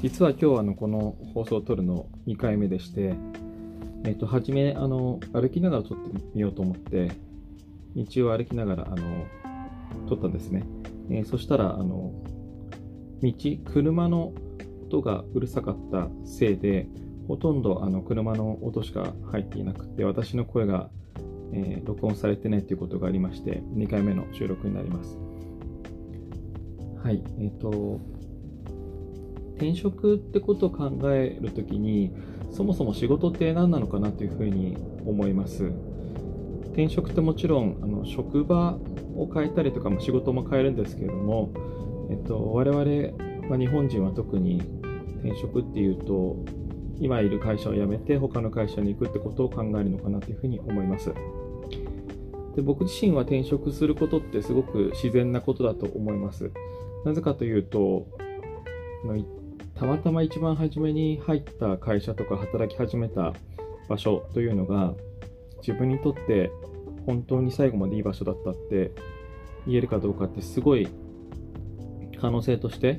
実は今日はこの放送を撮るの2回目でして、初め歩きながら撮ってみようと思って道を歩きながら撮ったんですね。そしたら車の音がうるさかったせいでほとんど車の音しか入っていなくて、私の声が、録音されてないということがありまして、2回目の収録になります。はい、転職ってことを考えるときに、そもそも仕事って何なのかなというふうに思います。転職ってもちろん職場を変えたりとか仕事も変えるんですけれども、我々、日本人は特に転職っていうと、今いる会社を辞めて他の会社に行くってことを考えるのかなというふうに思います。で、僕自身は転職することってすごく自然なことだと思います。なぜかというと、たまたま一番初めに入った会社とか働き始めた場所というのが自分にとって本当に最後までいい場所だったって言えるかどうかってすごい可能性として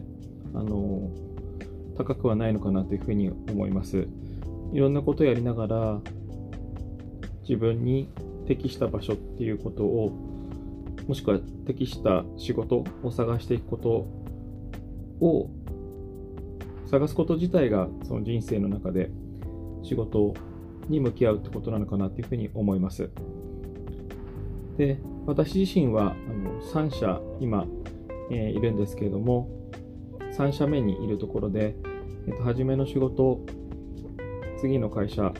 高くはないのかなというふうに思います。いろんなことをやりながら自分に適した場所っていうことを、もしくは適した仕事を探していくことを探すこと自体がその人生の中で仕事に向き合うってことなのかなというふうに思います。で、私自身は3社今、いるんですけれども、3社目にいるところで、初めの仕事、次の会社、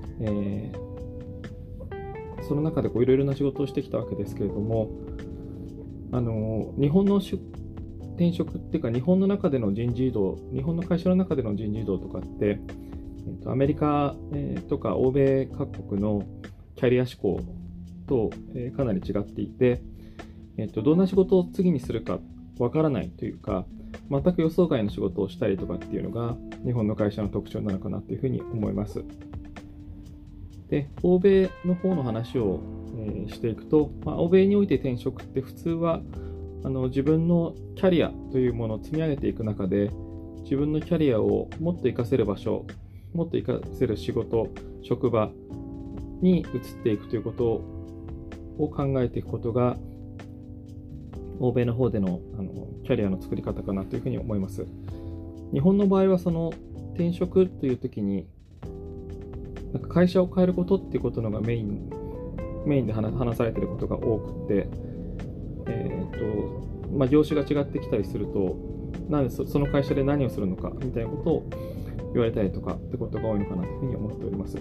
その中でいろいろな仕事をしてきたわけですけれども、日本の転職っていうか、日本の中での人事異動、日本の会社の中での人事異動とかって、アメリカ、とか欧米各国のキャリア志向と、かなり違っていて、どんな仕事を次にするかわからないというか、全く予想外の仕事をしたりとかっていうのが日本の会社の特徴なのかなというふうに思います。で、欧米の方の話を、していくと、欧米において転職って普通は自分のキャリアというものを積み上げていく中で、自分のキャリアをもっと活かせる場所、もっと活かせる仕事、職場に移っていくということを考えていくことが欧米の方でのキャリアの作り方かなというふうに思います。日本の場合はその転職という時に会社を変えることっていうことのがメインで話されていることが多くて、業種が違ってきたりすると、その会社で何をするのかみたいなことを言われたりとかってことが多いのかなというふうに思っております。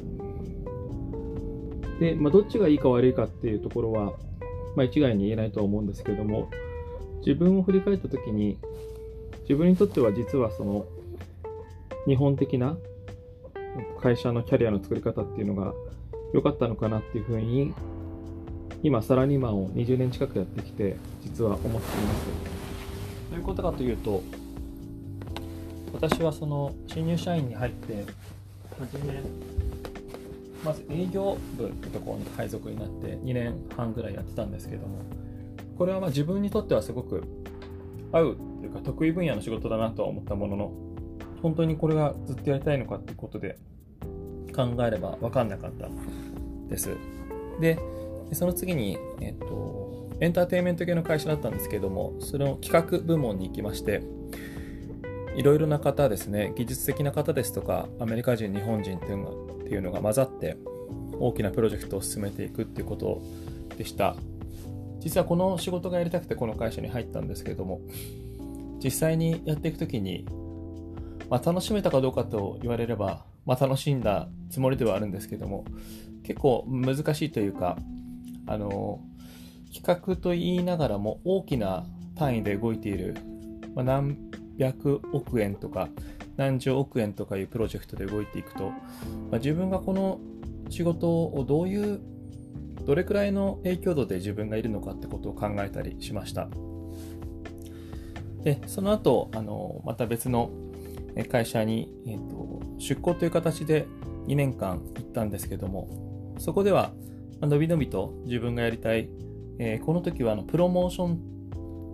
で、どっちがいいか悪いかっていうところは、一概に言えないとは思うんですけれども、自分を振り返ったときに、自分にとっては実はその日本的な会社のキャリアの作り方っていうのが良かったのかなっていうふうに、今サラリーマンを20年近くやってきて実は思っています。どういうことかというと、私はその新入社員に入って初めまず営業部のところに配属になって2年半ぐらいやってたんですけども、これは自分にとってはすごく合うというか得意分野の仕事だなとは思ったものの、本当にこれがずっとやりたいのかっていうことで考えれば分かんなかったです。で、その次に、エンターテインメント系の会社だったんですけれども、その企画部門に行きまして、いろいろな方ですね、技術的な方ですとかアメリカ人、日本人っていうのが混ざって大きなプロジェクトを進めていくっていうことでした。実はこの仕事がやりたくてこの会社に入ったんですけれども、実際にやっていくときに、楽しめたかどうかと言われれば、楽しんだつもりではあるんですけども、結構難しいというか、企画と言いながらも大きな単位で動いている、何百億円とか何十億円とかいうプロジェクトで動いていくと、自分がこの仕事をどれくらいの影響度で自分がいるのかってことを考えたりしました。で、その後また別の会社に、出向という形で2年間行ったんですけども、そこではのびのびと自分がやりたい、この時はプロモーション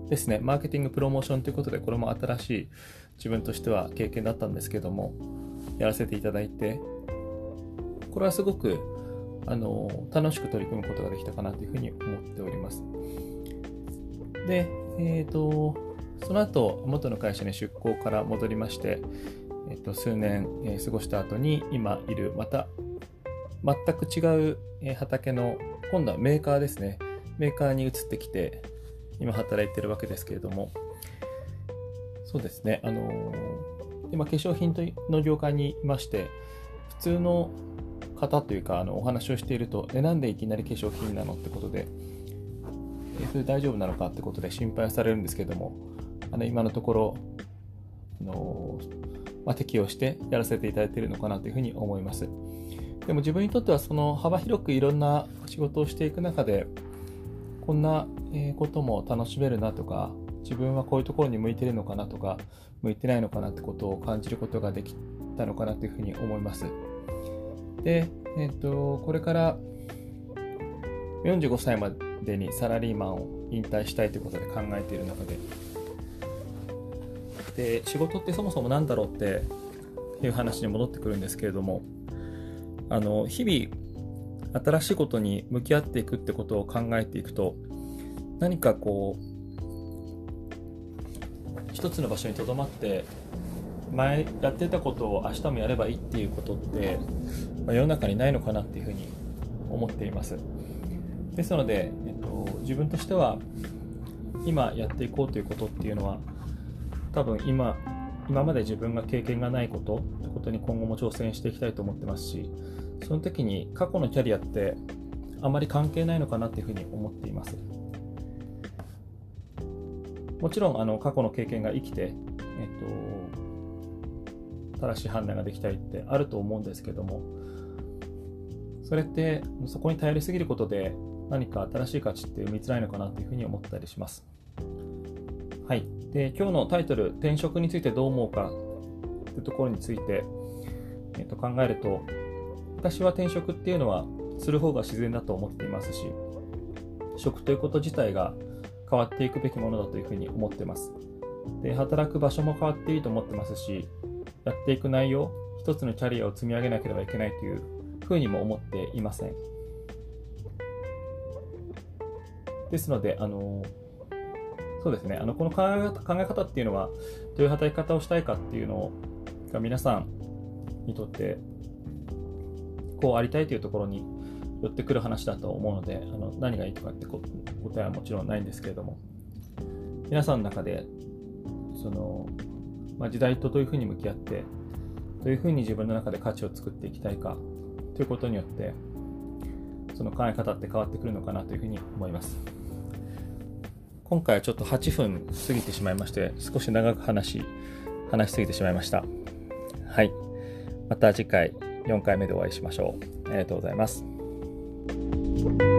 ですね、マーケティングプロモーションということで、これも新しい自分としては経験だったんですけども、やらせていただいて、これはすごく楽しく取り組むことができたかなというふうに思っております。で、その後元の会社に出向から戻りまして、数年、過ごした後に今いるまた全く違う畑の今度はメーカーですね、メーカーに移ってきて今働いているわけですけれども、そうですね、今化粧品の業界にいまして、普通の方というかお話をしていると、なんでいきなり化粧品なのってことで、それ大丈夫なのかってことで心配されるんですけども、今のところ適用してやらせていただいているのかなというふうに思います。でも自分にとってはその幅広くいろんな仕事をしていく中で、こんなことも楽しめるなとか、自分はこういうところに向いているのかなとか向いてないのかなってことを感じることができたのかなというふうに思います。で、これから45歳までにサラリーマンを引退したいということで考えている中で、仕事ってそもそも何だろうっていう話に戻ってくるんですけれども、日々新しいことに向き合っていくってことを考えていくと、何か一つの場所にとどまって前やってたことを明日もやればいいっていうことって、世の中にないのかなっていうふうに思っています。ですので、自分としては今やっていこうということっていうのは、多分今まで自分が経験がないことってことに今後も挑戦していきたいと思ってますし、その時に過去のキャリアってあまり関係ないのかなっていうふうに思っています。もちろん過去の経験が生きて、正しい判断ができたりってあると思うんですけども、それってそこに頼りすぎることで何か新しい価値って生みづらいのかなというふうに思ったりします。はい。で、今日のタイトル、転職についてどう思うかというところについて、考えると、私は転職っていうのはする方が自然だと思っていますし、職ということ自体が変わっていくべきものだというふうに思っています。で、働く場所も変わっていいと思ってますし、やっていく内容、一つのキャリアを積み上げなければいけないというふうにも思っていません。ですので、そうですね、この考え方っていうのは、どういう働き方をしたいかっていうのが皆さんにとってこうありたいというところに寄ってくる話だと思うので、何がいいとかって答えはもちろんないんですけれども、皆さんの中で時代とどういうふうに向き合って、どういうふうに自分の中で価値を作っていきたいかということによって、その考え方って変わってくるのかなというふうに思います。今回はちょっと8分過ぎてしまいまして、少し長く話しすぎてしまいました。はい。また次回4回目でお会いしましょう。ありがとうございます。